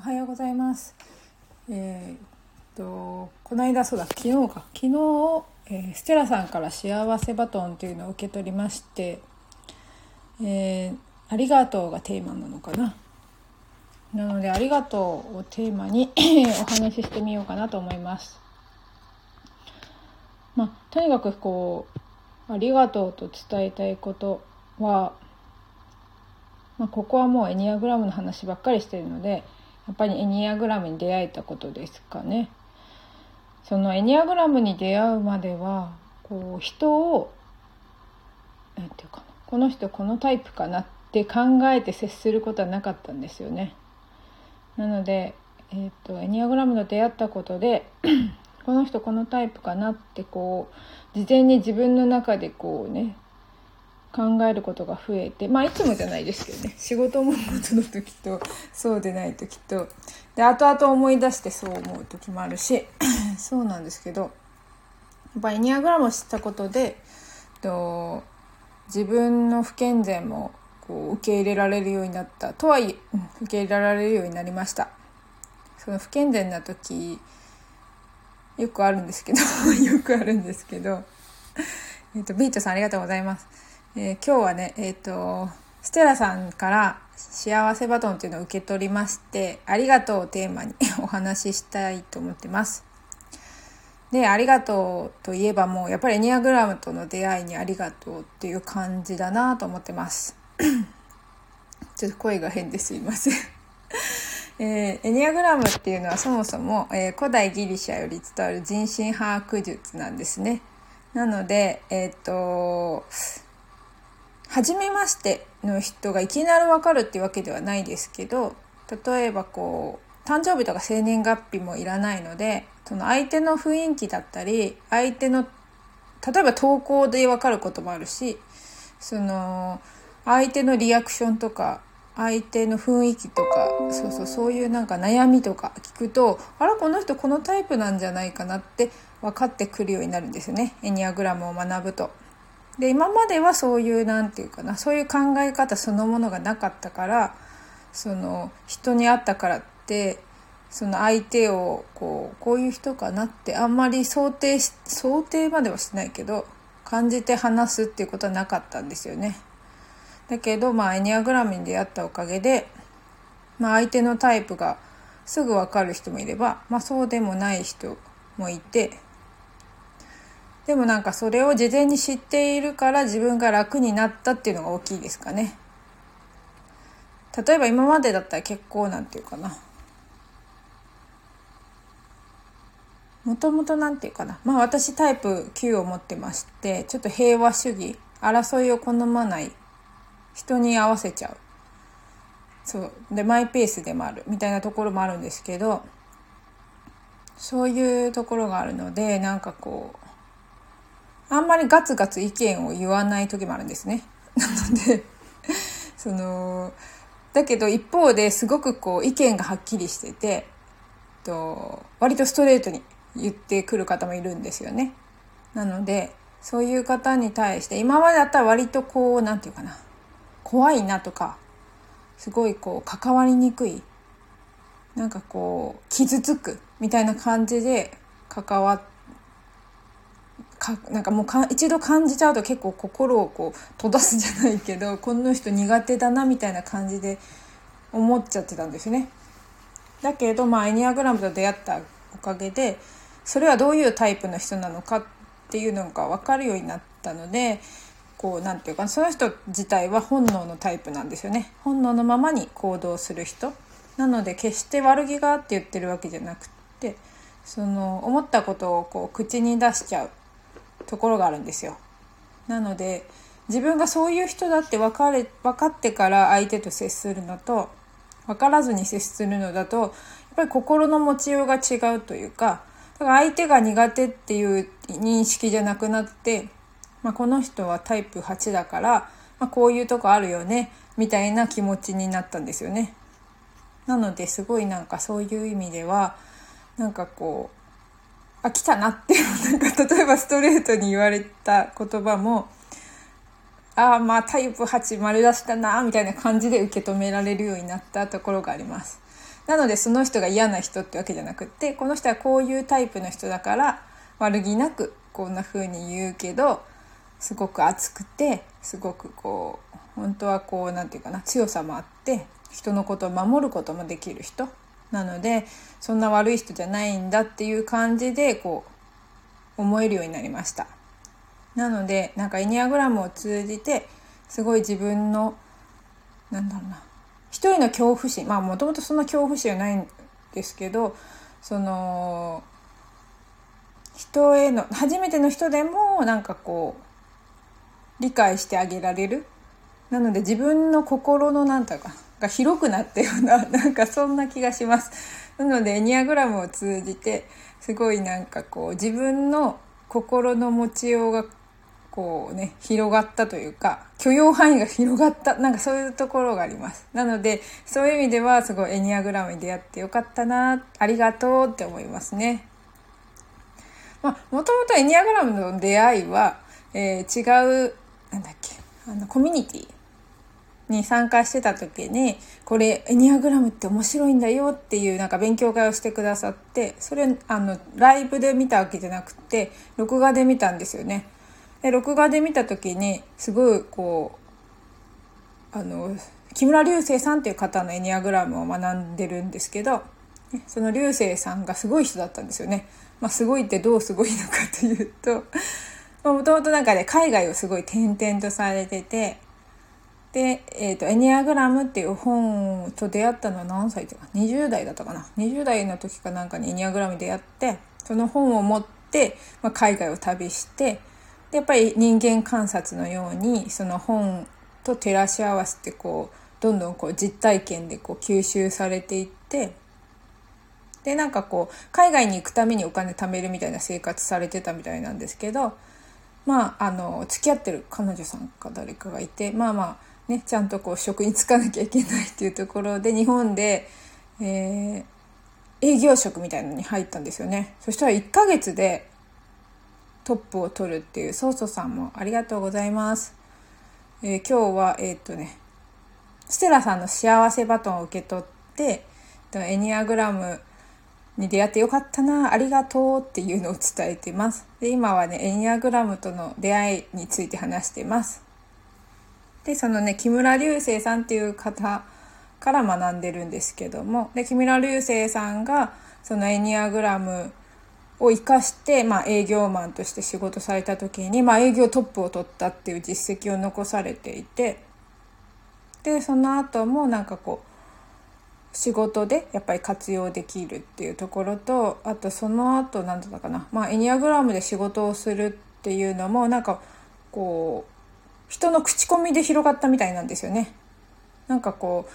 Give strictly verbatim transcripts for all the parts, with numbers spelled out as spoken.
はようございます。えー、っとこの間そうだ昨日か昨日、えー、ステラさんから幸せバトンというのを受け取りまして、えー、ありがとうがテーマなのかな。なのでありがとうをテーマにお話ししてみようかなと思います。まあ、とにかくこうありがとうと伝えたいことは、まあ、ここはもうエニアグラムの話ばっかりしているので、やっぱりエニアグラムに出会えたことですかね。そのエニアグラムに出会うまではこう人をなんていうかな、この人このタイプかなって考えて接することはなかったんですよね。なので、えーと、エニアグラムと出会ったことでこの人このタイプかなってこう事前に自分の中でこうね考えることが増えて、まあいつもじゃないですけどね、仕事もことの時とそうでない時とで後々思い出してそう思う時もあるしそうなんですけど、やっぱエニアグラムを知ったことでと自分の不健全もこう受け入れられるようになったとはいえ、うん、受け入れられるようになりました。その不健全な時よくあるんですけどよくあるんですけどえっとビートさんありがとうございます。えー、今日はね、えっとステラさんから幸せバトンっていうのを受け取りまして、ありがとうをテーマにお話ししたいと思ってます。で、ありがとうといえばもうやっぱりエニアグラムとの出会いにありがとうっていう感じだなと思ってますちょっと声が変ですいませんえー、エニアグラムっていうのはそもそも、えー、古代ギリシャより伝わる人心把握術なんですね。なので、えっと初めましての人がいきなり分かるっていうわけではないですけど、例えばこう誕生日とか生年月日もいらないので、その相手の雰囲気だったり相手の例えば投稿で分かることもあるし、その相手のリアクションとか相手の雰囲気とかそうそうそういうなんか悩みとか聞くと、あらこの人このタイプなんじゃないかなって分かってくるようになるんですよね、エニアグラムを学ぶと。で今まではそういうなんていうかな、そういう考え方そのものがなかったから、その人に会ったからってその相手をこうこういう人かなってあんまり想定し想定まではしないけど感じて話すっていうことはなかったんですよね。だけどまあエニアグラムに出会ったおかげで、まあ、相手のタイプがすぐ分かる人もいれば、まあ、そうでもない人もいて、でもなんかそれを事前に知っているから自分が楽になったっていうのが大きいですかね。例えば今までだったら結構なんていうかな、もともとなんていうかな、まあ私タイプきゅうを持ってまして、ちょっと平和主義、争いを好まない、人に合わせちゃう、そうでマイペースでもあるみたいなところもあるんですけど、そういうところがあるので、なんかこうあんまりガツガツ意見を言わない時もあるんですね。なのでそのだけど一方ですごくこう意見がはっきりしててと割とストレートに言ってくる方もいるんですよね。なのでそういう方に対して今までだったら割とこうなんていうかな、怖いなとかすごいこう関わりにくい、なんかこう傷つくみたいな感じで関わっかなんかもうか一度感じちゃうと結構心をこう閉ざすじゃないけど、この人苦手だなみたいな感じで思っちゃってたんですね。だけどまあエニアグラムと出会ったおかげでそれはどういうタイプの人なのかっていうのが分かるようになったので、こうなんていうかその人自体は本能のタイプなんですよね。本能のままに行動する人なので、決して悪気があって言ってるわけじゃなくて、その思ったことをこう口に出しちゃうところがあるんですよ。なので自分がそういう人だって分かれ分かってから相手と接するのと分からずに接するのだとやっぱり心の持ちようが違うというか、だから相手が苦手っていう認識じゃなくなって、まあ、この人はタイプはちだから、まあ、こういうとこあるよねみたいな気持ちになったんですよね。なのですごいなんかそういう意味ではなんかこうあ来たなってなんか例えばストレートに言われた言葉もあまあタイプはち丸出しだなみたいな感じで受け止められるようになったところがあります。 なのでその人が嫌な人ってわけじゃなくって、この人はこういうタイプの人だから悪気なくこんな風に言うけど、すごく熱くて、すごくこう本当はこうなんていうかな、強さもあって人のことを守ることもできる人なので、そんな悪い人じゃないんだっていう感じでこう思えるようになりました。なのでなんかエニアグラムを通じてすごい自分のなんだろうな、一人の恐怖心、まあもともとそんな恐怖心はないんですけど、その人への初めての人でもなんかこう理解してあげられる。なので自分の心のなんだかが広くなったような、なんかそんな気がします。なのでエニアグラムを通じてすごいなんかこう自分の心の持ちようがこうね広がったというか、許容範囲が広がった、なんかそういうところがあります。なのでそういう意味ではすごいエニアグラムに出会ってよかったな、ありがとうって思いますね。まあもともとエニアグラムの出会いは、えー、違うなんだっけあのコミュニティに参加してた時に、これエニアグラムって面白いんだよっていうなんか勉強会をしてくださって、それあのライブで見たわけじゃなくて録画で見たんですよね。で録画で見た時にすごいこうあの木村隆星さんっていう方のエニアグラムを学んでるんですけど、その隆星さんがすごい人だったんですよね。まあ、すごいってどうすごいのかというと、もともとなんかね海外をすごい転々とされてて、で、えーと、エニアグラムっていう本と出会ったのは何歳とかにじゅう代だったかな、にじゅう代の時かなんかにエニアグラムに出会って、その本を持って、まあ、海外を旅して、でやっぱり人間観察のようにその本と照らし合わせてこうどんどんこう実体験でこう吸収されていって、でなんかこう海外に行くためにお金貯めるみたいな生活されてたみたいなんですけど、まああの付き合ってる彼女さんか誰かがいて、まあまあね、ちゃんとこう職に就かなきゃいけないっていうところで日本で、えー、営業職みたいなのに入ったんですよね。そしたらいっかげつでトップを取るっていう、ソーソさんもありがとうございます。えー、今日はえー、っとねステラさんの幸せバトンを受け取って、エニアグラムに出会ってよかったな、ありがとうっていうのを伝えてます。で今はねエニアグラムとの出会いについて話してます。でそのね木村隆星さんっていう方から学んでるんですけども、で木村隆星さんがそのエニアグラムを生かして、まあ、営業マンとして仕事された時に、まあ、営業トップを取ったっていう実績を残されていて、でその後もなんかこう仕事でやっぱり活用できるっていうところと、あとその後なんだったかな、まあ、エニアグラムで仕事をするっていうのもなんかこう人の口コミで広がったみたいなんですよね。なんかこう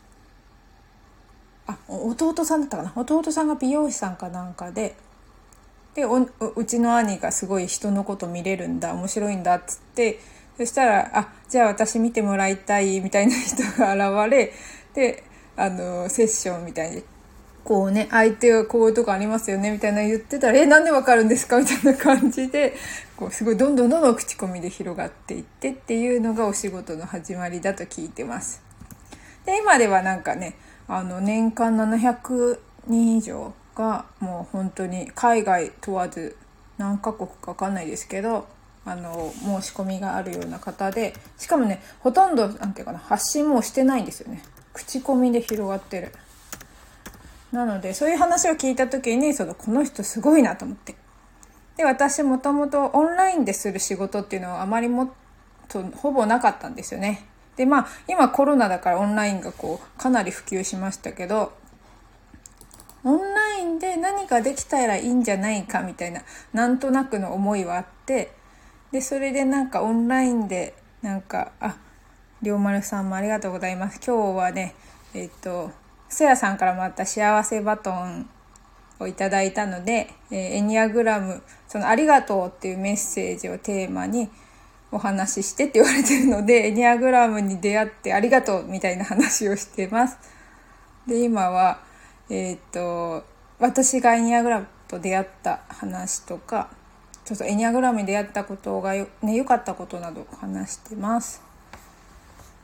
あ弟さんだったかな、弟さんが美容師さんかなんかで、で お, うちの兄がすごい人のこと見れるんだ、面白いんだっつって、そしたらあじゃあ私見てもらいたいみたいな人が現れ、であのセッションみたいにこうね相手はこういうとこありますよねみたいな言ってたら、えなんでわかるんですかみたいな感じでこうすごいどんどんどんどん口コミで広がっていってっていうのがお仕事の始まりだと聞いてます。で今ではなんかねあの年間ななひゃくにん以上がもう本当に海外問わず何カ国か分かんないですけどあの申し込みがあるような方で、しかもねほとんどなんていうかな発信もしてないんですよね。口コミで広がってる。なのでそういう話を聞いた時にそのこの人すごいなと思って、で私もともとオンラインでする仕事っていうのはあまりもっとほぼなかったんですよね。でまあ今コロナだからオンラインがこうかなり普及しましたけど、オンラインで何かできたらいいんじゃないかみたいななんとなくの思いはあって、でそれでなんかオンラインでなんかありょうまるさんもありがとうございます。今日はねえっとせやさんからもらった幸せバトンをいただいたので、えー、エニアグラムそのありがとうっていうメッセージをテーマにお話ししてって言われてるので、エニアグラムに出会ってありがとうみたいな話をしてます。で今はえっと私がエニアグラムと出会った話とか、ちょっとエニアグラムに出会ったことがよ、ね、良かったことなど話してます。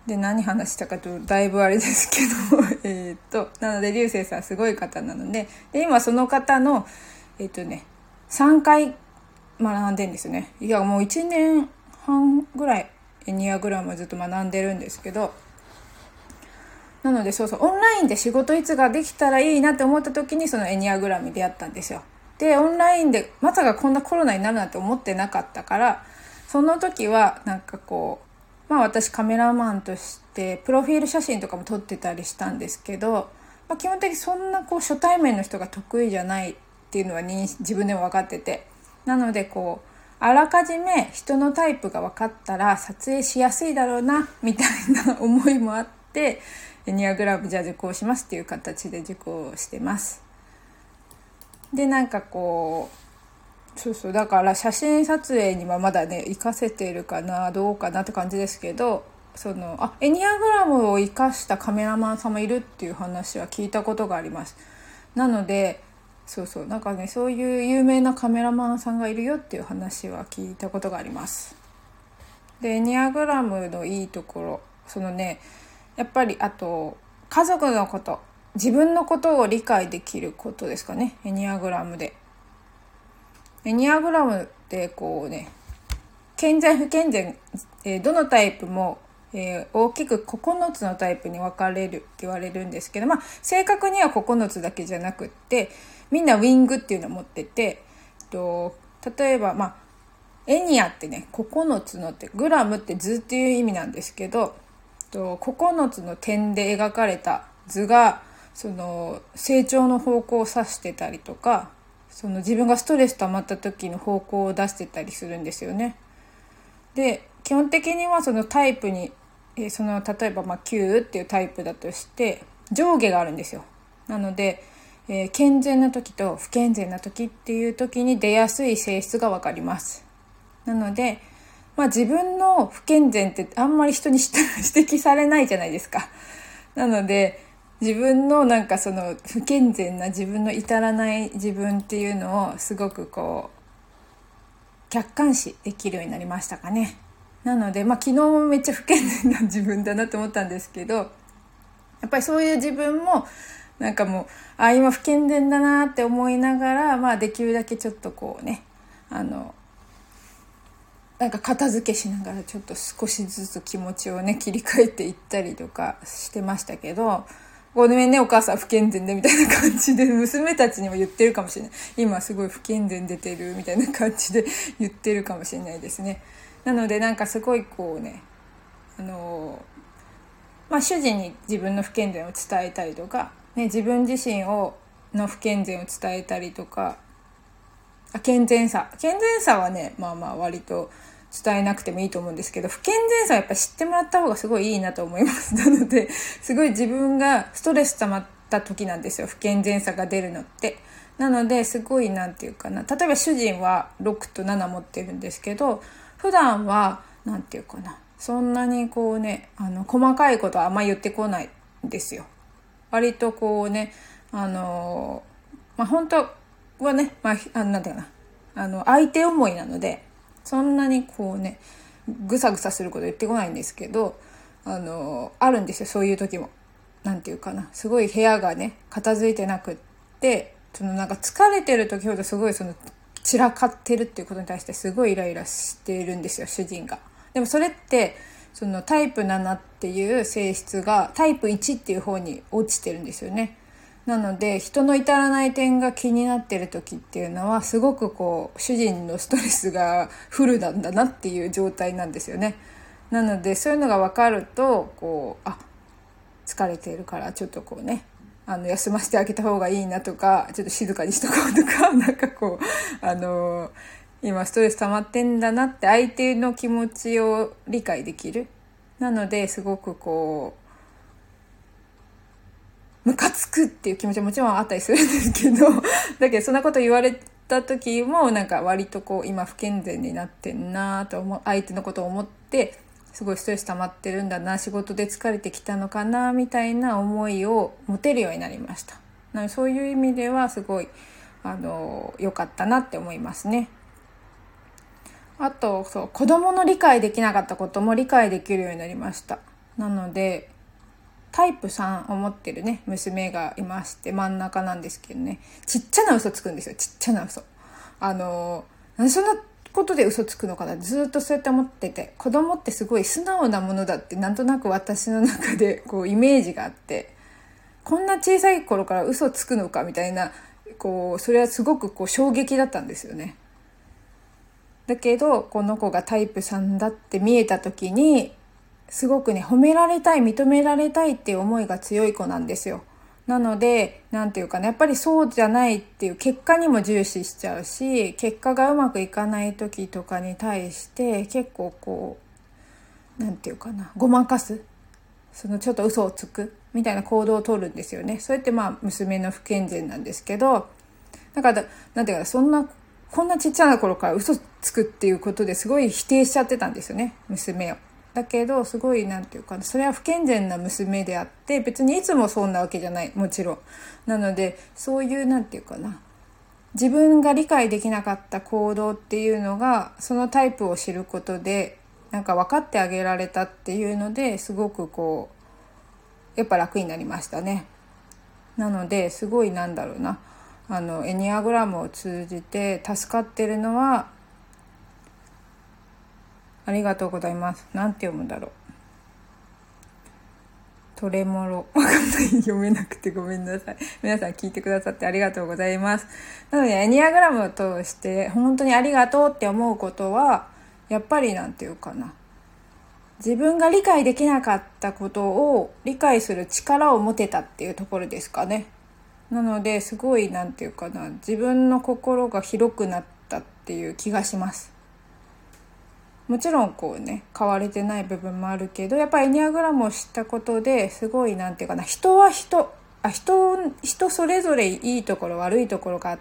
で何話したかとだいぶあれですけどえっとなので流星さんすごい方なので、で今その方のえっとねさんかい学んでんですよね。いやもういちねんはんぐらいエニアグラムはずっと学んでるんですけど、なのでそうそうオンラインで仕事いつができたらいいなって思った時にそのエニアグラムに出会ったんですよ。でオンラインでまさかこんなコロナになるなんて思ってなかったから、その時はなんかこうまあ私カメラマンとしてプロフィール写真とかも撮ってたりしたんですけど、まあ、基本的にそんなこう初対面の人が得意じゃないっていうのは自分でも分かってて、なのでこうあらかじめ人のタイプが分かったら撮影しやすいだろうなみたいな思いもあってエニアグラムじゃあ受講しますっていう形で受講してます。でなんかこうそうそうだから写真撮影にはまだね活かせてるかなどうかなって感じですけど、そのあエニアグラムを生かしたカメラマンさんもいるっていう話は聞いたことがあります。なのでそうそうなんかねそういう有名なカメラマンさんがいるよっていう話は聞いたことがあります。でエニアグラムのいいところ、そのねやっぱりあと家族のこと、自分のことを理解できることですかね。エニアグラムでエニアグラムってこうね健全不健全、えー、どのタイプも、えー、大きくここのつのタイプに分かれるって言われるんですけど、まあ正確にはここのつだけじゃなくってみんなウィングっていうのを持ってて、と例えばまあエニアってねここのつのってグラムって図っていう意味なんですけど、とここのつの点で描かれた図がその成長の方向を指してたりとか、その自分がストレス溜まった時の方向を出してたりするんですよね。で基本的にはそのタイプに、えー、その例えばまあきゅうっていうタイプだとして上下があるんですよ。なので、えー、健全な時と不健全な時っていう時に出やすい性質が分かります。なので、まあ、自分の不健全ってあんまり人に指摘されないじゃないですか。なので自分のなんかその不健全な自分の至らない自分っていうのをすごくこう客観視できるようになりましたかね。なので、まあ、昨日もめっちゃ不健全な自分だなと思ったんですけど、やっぱりそういう自分もなんかもうあ今不健全だなって思いながら、まあ、できるだけちょっとこうねあのなんか片付けしながらちょっと少しずつ気持ちをね切り替えていったりとかしてましたけど、ごめんねお母さん不健全でみたいな感じで娘たちにも言ってるかもしれない。今すごい不健全出てるみたいな感じで言ってるかもしれないですね。なのでなんかすごいこうねあのまあ主人に自分の不健全を伝えたりとか、ね、自分自身をの不健全を伝えたりとか、あ健全さ健全さはねまあまあ割と伝えなくてもいいと思うんですけど、不健全さはやっぱ知ってもらった方がすごいいいなと思います。なのですごい自分がストレス溜まった時なんですよ、不健全さが出るのって。なのですごいなんていうかな、例えば主人はろくとなな持ってるんですけど、普段はなんていうかなそんなにこうねあの細かいことはあんま言ってこないんですよ。割とこうねあのまあ本当はね、まあ、あなんていうかなあの相手思いなのでそんなにこうねぐさぐさすること言ってこないんですけど、あのあるんですよそういう時も。なんていうかなすごい部屋がね片付いてなくって、そのなんか疲れてる時ほどすごいその散らかってるっていうことに対してすごいイライラしているんですよ主人が。でもそれってそのタイプななっていう性質がタイプいちっていう方に落ちてるんですよね。なので人の至らない点が気になってる時っていうのはすごくこう主人のストレスがフルなんだなっていう状態なんですよね。なのでそういうのが分かるとこうあ疲れているからちょっとこうねあの休ませてあげた方がいいなとか、ちょっと静かにしとこうとかなんかこうあの今ストレス溜まってんだなって相手の気持ちを理解できる。なのですごくこうムカつくっていう気持ちはもちろんあったりするんですけどだけどそんなこと言われた時もなんか割とこう今不健全になってんなと思う、相手のことを思ってすごいストレス溜まってるんだな、仕事で疲れてきたのかなみたいな思いを持てるようになりました。なのでそういう意味ではすごいあの良かったなって思いますね。あとそう子供の理解できなかったことも理解できるようになりました。 なのでタイプさんを持ってるね娘がいまして、真ん中なんですけどね、ちっちゃな嘘つくんですよ。ちっちゃな嘘。あのなんでそんなことで嘘つくのかな、ずっとそうやって思ってて、子供ってすごい素直なものだってなんとなく私の中でこうイメージがあって、こんな小さい頃から嘘つくのかみたいな、こうそれはすごくこう衝撃だったんですよね。だけどこの子がタイプさんだって見えた時に、すごくね褒められたい、認められたいっていう思いが強い子なんですよ。なのでなんていうかね、やっぱりそうじゃないっていう結果にも重視しちゃうし、結果がうまくいかない時とかに対して結構こうなんていうかな、ごまかす、そのちょっと嘘をつくみたいな行動を取るんですよね。それってまあ娘の不健全なんですけど、だからなんていうか、そんなこんなちっちゃな頃から嘘つくっていうことですごい否定しちゃってたんですよね、娘を。だけどすごいなんていうか、それは不健全な娘であって、別にいつもそんなわけじゃない、もちろん。なのでそういうなんていうかな、自分が理解できなかった行動っていうのが、そのタイプを知ることでなんか分かってあげられたっていうので、すごくこうやっぱ楽になりましたね。なのですごいなんだろうな、あのエニアグラムを通じて助かってるのは、ありがとうございます。なんて読むんだろう。トレモロ。わかんない。読めなくてごめんなさい。皆さん聞いてくださってありがとうございます。なので、エニアグラムを通して本当にありがとうって思うことは、やっぱりなんていうかな。自分が理解できなかったことを理解する力を持てたっていうところですかね。なので、すごいなんていうかな。自分の心が広くなったっていう気がします。もちろんこうね変われてない部分もあるけど、やっぱりエニアグラムを知ったことですごいなんていうかな、人は人あ人人それぞれいいところ悪いところがあって、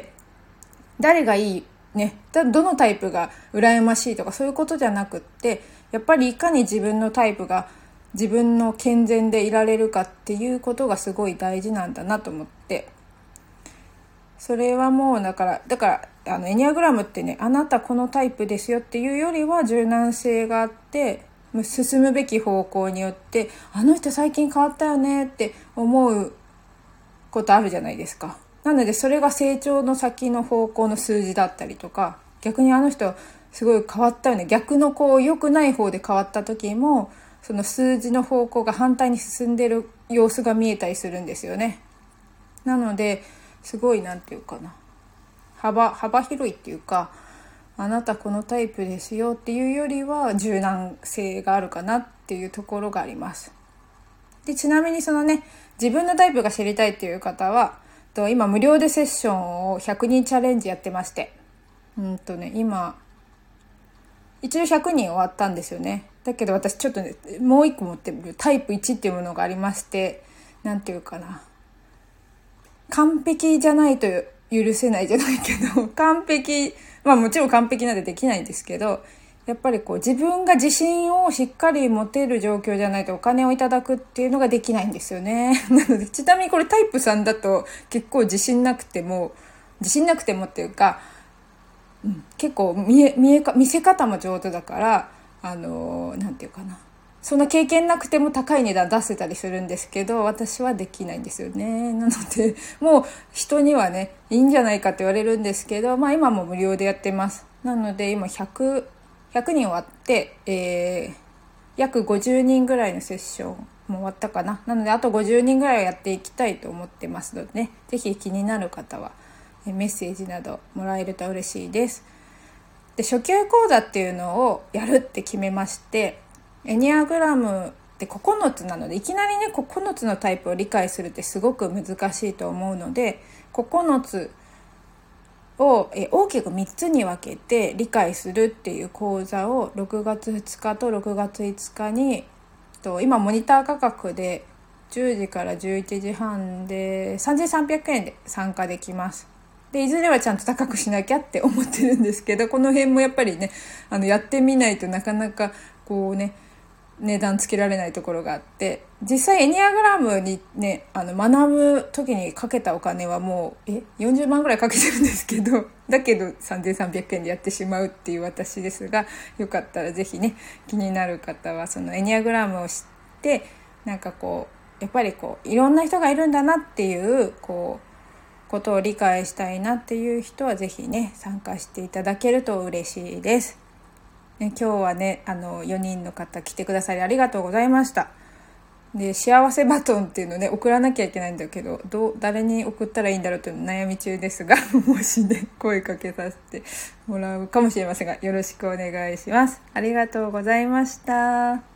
誰がいいね、どのタイプが羨ましいとかそういうことじゃなくって、やっぱりいかに自分のタイプが自分の健全でいられるかっていうことがすごい大事なんだなと思って、それはもうだからだからあのエニアグラムってね、あなたこのタイプですよっていうよりは柔軟性があって、進むべき方向によってあの人最近変わったよねって思うことあるじゃないですか。なのでそれが成長の先の方向の数字だったりとか、逆にあの人すごい変わったよね、逆のこう良くない方で変わった時もその数字の方向が反対に進んでる様子が見えたりするんですよね。なのですごいなんていうかな、幅幅広いっていうか、あなたこのタイプですよっていうよりは柔軟性があるかなっていうところがあります。でちなみにそのね、自分のタイプが知りたいっていう方はと今無料でセッションをひゃくにんチャレンジやってまして、うんとね今一応ひゃくにん終わったんですよね。だけど私ちょっとねもう一個持ってるタイプいちっていうものがありまして、なんていうかな、完璧じゃないと許せないじゃないけど、完璧、まあもちろん完璧なんてできないんですけど、やっぱりこう自分が自信をしっかり持てる状況じゃないとお金をいただくっていうのができないんですよね。なのでちなみにこれタイプさんだと結構自信なくても、自信なくてもっていうか、うん、結構見え、見えか、見せ方も上手だから、あのー、なんていうかな。そんな経験なくても高い値段出せたりするんですけど、私はできないんですよね。なのでもう人にはねいいんじゃないかって言われるんですけど、まあ今も無料でやってます。なので今ひゃく、ひゃくにん終わって、えー、約ごじゅうにんぐらいのセッションも終わったかな。なのであとごじゅうにんぐらいはやっていきたいと思ってますのでね、ぜひ気になる方はメッセージなどもらえると嬉しいです。で初級講座っていうのをやるって決めまして、エニアグラムってここのつなので、いきなりねここのつのタイプを理解するってすごく難しいと思うので、ここのつを大きくみっつに分けて理解するっていう講座をろくがつふつかとろくがついつかに、今モニター価格でじゅうじからじゅういちじはんでさんぜんさんびゃくえんで参加できます。でいずれはちゃんと高くしなきゃって思ってるんですけど、この辺もやっぱりねあのやってみないとなかなかこうね値段つけられないところがあって、実際エニアグラムにねあの学ぶ時にかけたお金はもうえよんじゅうまんぐらいかけてるんですけど、だけどさんぜんさんびゃくえんでやってしまうっていう私ですが、よかったらぜひね気になる方はそのエニアグラムを知って、なんかこうやっぱりこういろんな人がいるんだなっていうこうことを理解したいなっていう人はぜひね参加していただけると嬉しいです。ね、今日はねあのよにんの方来てくださりありがとうございました。で幸せバトンっていうのね送らなきゃいけないんだけど、どう誰に送ったらいいんだろうという悩み中ですがもしね声かけさせてもらうかもしれませんが、よろしくお願いします。ありがとうございました。